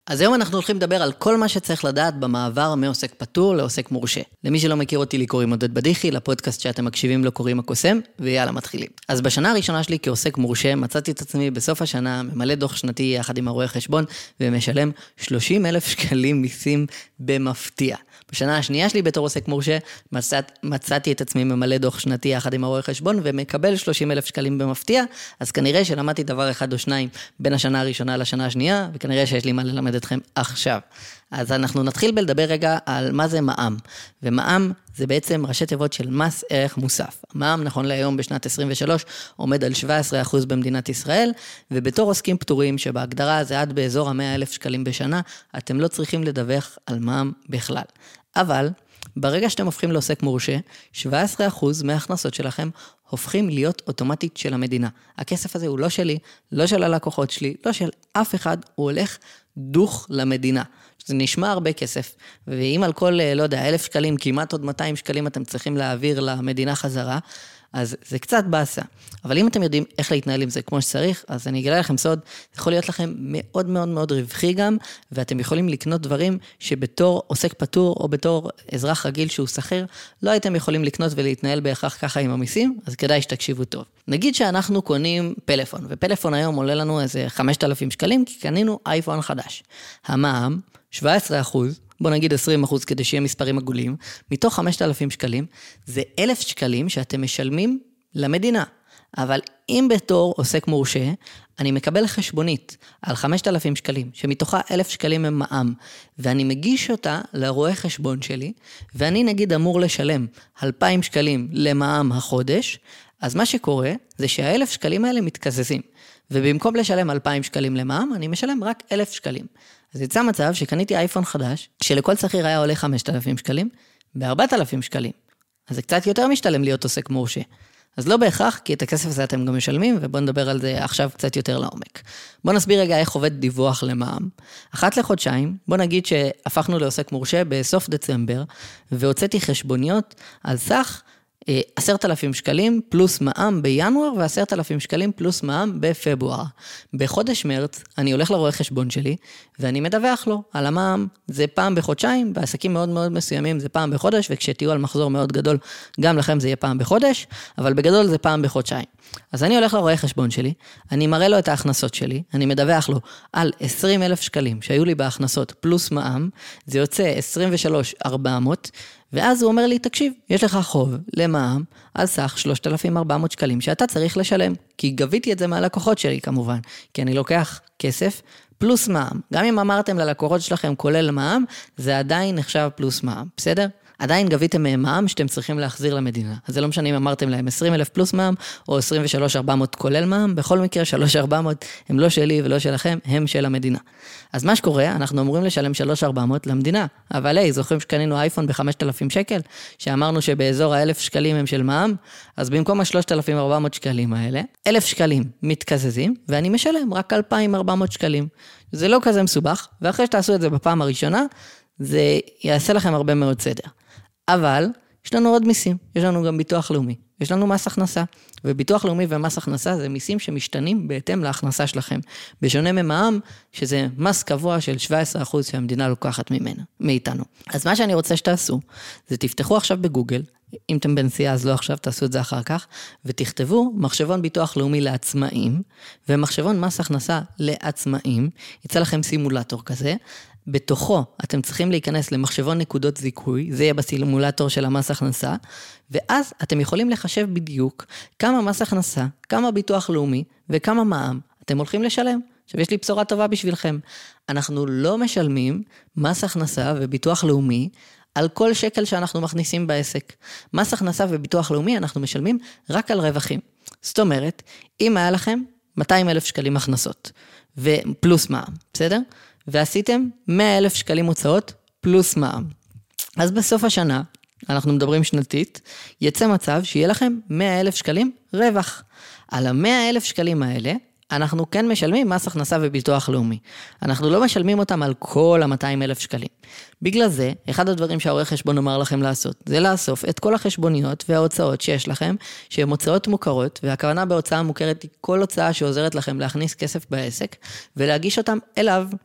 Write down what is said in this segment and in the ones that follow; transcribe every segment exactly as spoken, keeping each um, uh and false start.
אז היום אנחנו הולכים לדבר על כל מה שצריך לדעת במעבר מעוסק פטור לעוסק מורשה. למי שלא מכיר אותי, לי קוראים עודד בדיחי, לפודקאסט שאתם מקשיבים לו קוראים הקוסם, ויאללה מתחילים. אז בשנה הראשונה שלי כעוסק מורשה, מצאתי את עצמי בסוף השנה ממלא דוח שנתי יחד עם הרואה חשבון, ומשלם שלושים אלף שקלים מיסים במפתיע. בשנה השנייה שלי בתור עוסק מורשה, מצאת, מצאתי את עצמי ממלא דוח שנתי יחד עם הרואה חשבון, ומקבל שלושים אלף שקלים במפתיע, אז כנראה שלמדתי דבר אחד או שניים בין השנה הראשונה לשנה השנייה, וכנראה שיש לי מה ללמד אתכם עכשיו. אז אנחנו נתחיל בלדבר רגע על מה זה מע"מ. ומע"מ זה בעצם ראשי תיבות של מס ערך מוסף. מע"מ נכון להיום בשנת עשרים ושלוש עומד על שבעה עשר אחוז במדינת ישראל, ובתור עוסקים פטורים שבהגדרה זה עד באזור ה-מאה אלף שקלים בשנה, אתם לא צריכים לדווח על מע"מ בכלל. אבל ברגע שאתם הופכים לעוסק מורשה, שבעה עשר אחוז מההכנסות שלכם הופכים להיות אוטומטית של המדינה. הכסף הזה הוא לא שלי, לא של הלקוחות שלי, לא של אף אחד, הוא הולך דוך למדינה. זה נשמע הרבה כסף, ואם על כל, לא יודע, אלף שקלים, כמעט עוד מאתיים שקלים אתם צריכים להעביר למדינה חזרה, אז זה קצת בעשה. אבל אם אתם יודעים איך להתנהל עם זה כמו שצריך, אז אני אגלה לכם סוד, זה יכול להיות לכם מאוד מאוד מאוד רווחי גם, ואתם יכולים לקנות דברים שבתור עוסק פטור, או בתור אזרח רגיל שהוא שכיר, לא הייתם יכולים לקנות ולהתנהל בהכרח ככה עם המיסים, אז כדאי שתקשיבו טוב. נגיד שאנחנו קונים פלאפון, ופלאפון היום עולה לנו איזה חמשת אלפים שקלים, כי קנינו אייפון חדש. המע"מ, שבעה עשר אחוז, בוא נגיד עשרים אחוז כדי שיהיה מספרים עגולים, מתוך חמשת אלפים שקלים, זה אלף שקלים שאתם משלמים למדינה. אבל אם בתור עוסק מורשה, אני מקבל חשבונית על חמשת אלפים שקלים, שמתוכה אלף שקלים הם מע"מ, ואני מגיש אותה לרואה חשבון שלי, ואני נגיד אמור לשלם אלפיים שקלים למע"מ החודש, אז מה שקורה זה שהאלף שקלים האלה מתקזזים, ובמקום לשלם אלפיים שקלים למע"מ, אני משלם רק אלף שקלים. אז יצא מצב שקניתי אייפון חדש, שלכל שכיר היה עולה חמשת אלפים שקלים, ב-ארבעת אלפים שקלים. אז זה קצת יותר משתלם להיות עוסק מורשה. אז לא בהכרח, כי את הכסף הזה אתם גם משלמים, ובואו נדבר על זה עכשיו קצת יותר לעומק. בואו נסביר רגע איך עובד דיווח למע"מ. אחת לחודשיים, בואו נגיד שהפכנו לעוסק מורשה בסוף דצמבר, והוצאתי חשבוניות על סך עשרת אלפים שקלים פלוס מע"מ בינואר ועשרת אלפים שקלים פלוס מע"מ בפברואר. בחודש מרץ אני הולך לרואה חשבון שלי ואני מדווח לו על המע"מ. זה פעם בחודשיים, בעסקים מאוד מאוד מסוימים זה פעם בחודש, וכשתהיו על מחזור מאוד גדול גם לכם זה יהיה פעם בחודש, אבל בגדול זה פעם בחודשיים. אז אני הולך לרואה חשבון שלי, אני מראה לו את ההכנסות שלי, אני מדווח לו על עשרים אלף שקלים שהיו לי בהכנסות פלוס מע"מ, זה יוצא עשרים ושלושה אלף וארבע מאות, ואז הוא אומר לי, תקשיב, יש לך חוב למע"מ על סך שלושת אלפים וארבע מאות שקלים שאתה צריך לשלם, כי גביתי את זה מהלקוחות שלי כמובן, כי אני לוקח כסף פלוס מע"מ. גם אם אמרתם ללקוחות שלכם כולל מע"מ, זה עדיין נחשב פלוס מע"מ, בסדר? עדיין גביתם מהם מע"מ שאתם צריכים להחזיר למדינה. אז זה לא משנה אם אמרתם להם עשרים אלף פלוס מע"מ, או עשרים ושלושה אלף וארבע מאות כולל מע"מ, בכל מקרה שלושה אלף וארבע מאות הם לא שלי ולא שלכם, הם של המדינה. אז מה שקורה, אנחנו אמורים לשלם שלושה אלף וארבע מאות למדינה, אבל היי, זוכרים שקנינו אייפון ב-חמשת אלפים שקל, שאמרנו שבאזור ה-אלף שקלים הם של מע"מ, אז במקום ה-שלושת אלפים וארבע מאות שקלים האלה, אלף שקלים מתקזזים, ואני משלם רק אלפיים וארבע מאות שקלים. זה לא כזה מסובך, ואחרי שתעשו את זה בפעם הראשונה, זה יעשה לכם הרבה מאוד סדר. אבל יש לנו עוד מיסים, יש לנו גם ביטוח לאומי, יש לנו מס הכנסה, וביטוח לאומי ומס הכנסה זה מיסים שמשתנים בהתאם להכנסה שלכם, בשונה ממע"מ, שזה מס קבוע של שבעה עשר אחוז שהמדינה לוקחת ממנה, מאיתנו. אז מה שאני רוצה שתעשו, זה תפתחו עכשיו בגוגל, אם אתם בנסיעה אז לא עכשיו, תעשו את זה אחר כך, ותכתבו מחשבון ביטוח לאומי לעצמאים, ומחשבון מס הכנסה לעצמאים, יצא לכם סימולטור כזה, בתוכו אתם צריכים להיכנס למחשבון נקודות זיכוי, זה יהיה בסימולטור של המס הכנסה, ואז אתם יכולים לחשב בדיוק כמה מס הכנסה, כמה ביטוח לאומי וכמה מע"מ אתם הולכים לשלם. עכשיו יש לי בשורה טובה בשבילכם, אנחנו לא משלמים מס הכנסה וביטוח לאומי על כל שקל שאנחנו מכניסים בעסק. מס הכנסה וביטוח לאומי אנחנו משלמים רק על רווחים. זאת אומרת, אם היה לכם מאתיים אלף שקלים הכנסות, ופלוס מע"מ, בסדר? ועשיתם מאה אלף שקלים הוצאות פלוס מע"מ. אז בסוף השנה, אנחנו מדברים שנתית, יצא מצב שיהיה לכם מאה אלף שקלים רווח. על ה-מאה אלף שקלים האלה, אנחנו כן משלמים מס הכנסה וביטוח לאומי. אנחנו לא משלמים אותם על כל ה-מאתיים אלף שקלים. בגלל זה, אחד הדברים שהעורך חשבון אומר לכם לעשות, זה לאסוף את כל החשבוניות וההוצאות שיש לכם, שהן הוצאות מוכרות, והכוונה בהוצאה מוכרת היא כל הוצאה שעוזרת לכם להכניס כסף בעסק, ולהגיש אותם אליו.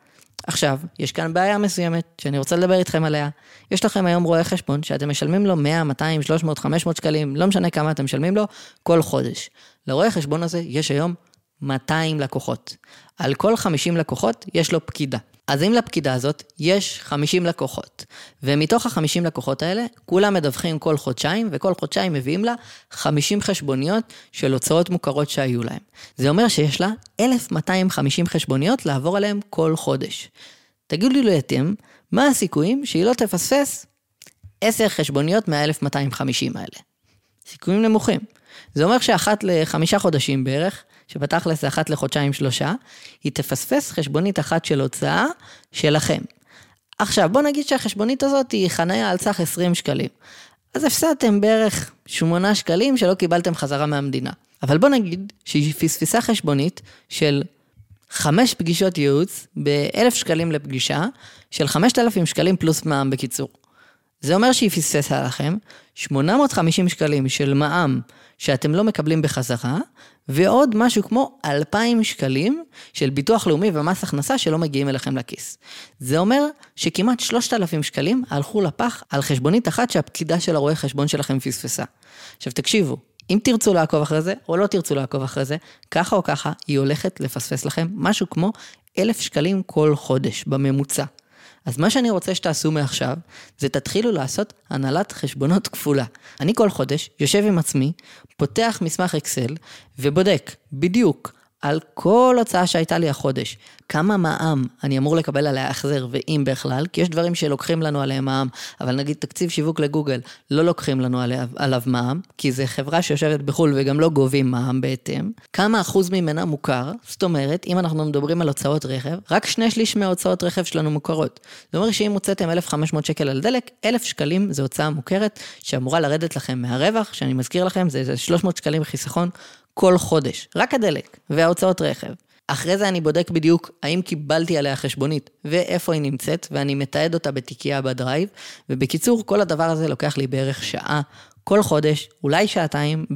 עכשיו, יש כאן בעיה מסוימת שאני רוצה לדבר איתכם עליה. יש לכם היום רואה חשבון שאתם משלמים לו מאה, מאתיים, שלוש מאות, חמש מאות שקלים, לא משנה כמה אתם משלמים לו, כל חודש. לרואה חשבון הזה יש היום מאתיים לקוחות. על כל חמישים לקוחות יש לו פקידה. אז אם לפקידה הזאת יש חמישים לקוחות, ומתוך ה-חמישים לקוחות האלה, כולם מדווחים כל חודשיים, וכל חודשיים מביאים לה חמישים חשבוניות של הוצאות מוכרות שהיו להם. זה אומר שיש לה אלף מאתיים וחמישים חשבוניות לעבור עליהם כל חודש. תגידו לי אתם, מה הסיכויים שהיא לא תפספס עשר חשבוניות מה-אלף מאתיים וחמישים האלה? סיכויים נמוכים. זה אומר שאחת לחמישה חודשים בערך, שבתכלס זה אחת לחודשיים שלושה, היא תפספס חשבונית אחת של הוצאה שלכם. עכשיו, בוא נגיד שהחשבונית הזאת היא חניה על סך עשרים שקלים. אז הפסדתם בערך שמונה שקלים שלא קיבלתם חזרה מהמדינה. אבל בוא נגיד שהיא פספסה חשבונית של חמש פגישות ייעוץ ב-אלף שקלים לפגישה, של חמשת אלפים שקלים פלוס מע"מ בקיצור. זה אומר שהיא פספסה לכם שמונה מאות וחמישים שקלים של מע"מ שאתם לא מקבלים בחזרה, ועוד משהו כמו אלפיים שקלים של ביטוח לאומי ומס הכנסה שלא מגיעים אליכם לכיס. זה אומר שכמעט שלושת אלפים שקלים הלכו לפח על חשבונית אחת שהפקידה של הרואה חשבון שלכם פספסה. עכשיו תקשיבו, אם תרצו לעקוב אחרי זה או לא תרצו לעקוב אחרי זה, ככה או ככה היא הולכת לפספס לכם משהו כמו אלף שקלים כל חודש בממוצע. אז מה שאני רוצה שתעשו מעכשיו, זה תתחילו לעשות הנהלת חשבונות כפולה. אני כל חודש יושב עם עצמי, פותח מסמך אקסל, ובודק בדיוק על כל הוצאה שהייתה לי החודש, כמה מע"מ אני אמור לקבל עליה החזר, ואם בכלל, כי יש דברים שלוקחים לנו עליהם מע"מ, אבל נגיד תקציב שיווק לגוגל, לא לוקחים לנו עליו, עליו מע"מ, כי זה חברה שיושבת בחול וגם לא גובים מע"מ בהתאם. כמה אחוז ממנה מוכר? זאת אומרת, אם אנחנו מדברים על הוצאות רכב, רק שני שליש מההוצאות רכב שלנו מוכרות. זאת אומרת שאם הוצאתם אלף וחמש מאות שקל על דלק, אלף שקלים זה הוצאה מוכרת, שאמורה לרדת לכם מהרווח, שאני מזכיר לכם, זה, זה שלוש מאות שקלים חיסכון כל חודש, רק הדלק וההוצאות רכב. אחרי זה אני בודק בדיוק האם קיבלתי עליה חשבונית ואיפה היא נמצאת, ואני מתעד אותה בתיקייה בדרייב, ובקיצור כל הדבר הזה לוקח לי בערך שעה כל חודש, אולי שעתיים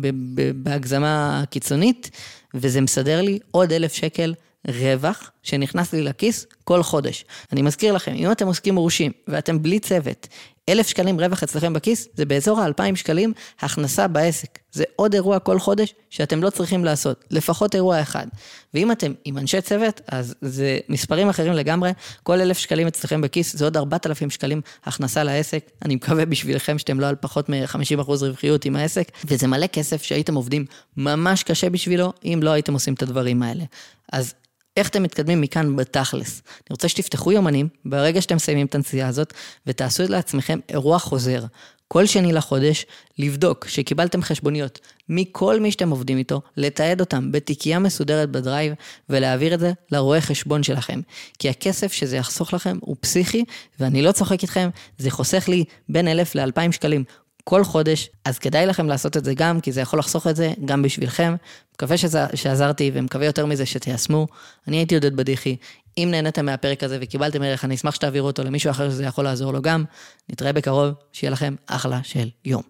בהגזמה קיצונית, וזה מסדר לי עוד אלף שקל רווח שנכנס לי לכיס כל חודש. אני מזכיר לכם, אם אתם עוסקים מורשים ואתם בלי צוות, אלף שקלים רווח אצלכם בכיס, זה באזור ה-אלפיים שקלים הכנסה בעסק. זה עוד אירוע כל חודש שאתם לא צריכים לעשות, לפחות אירוע אחד. ואם אתם עם אנשי צוות, אז זה מספרים אחרים לגמרי, כל אלף שקלים אצלכם בכיס, זה עוד ארבעת אלפים שקלים הכנסה לעסק. אני מקווה בשבילכם שאתם לא על פחות מ-חמישים אחוז רווחיות עם העסק, וזה מלא כסף שהייתם עובדים ממש קשה בשבילו, אם לא הייתם עושים את הדברים האלה. אז איך אתם מתקדמים מכאן בתכלס? אני רוצה שתפתחו יומנים, ברגע שאתם מסיימים את הנסיעה הזאת, ותעשו לעצמכם אירוע חוזר, כל שני לחודש, לבדוק שקיבלתם חשבוניות מכל מי שאתם עובדים איתו, לתעד אותם בתיקייה מסודרת בדרייב, ולהעביר את זה לרואה חשבון שלכם. כי הכסף שזה יחסוך לכם הוא פסיכי, ואני לא צוחק איתכם, זה חוסך לי בין אלף לאלפיים שקלים כל חודש, אז כדאי לכם לעשות את זה גם, כי זה יכול לחסוך את זה גם בשבילכם. מקווה שעזרתי, ומקווה יותר מזה שתיישמו. אני הייתי עודד בדיחי. אם נהנתם מהפרק הזה וקיבלתם ערך, אני אשמח שתעבירו אותו למישהו אחר שזה יכול לעזור לו גם. נתראה בקרוב, שיהיה לכם אחלה של יום.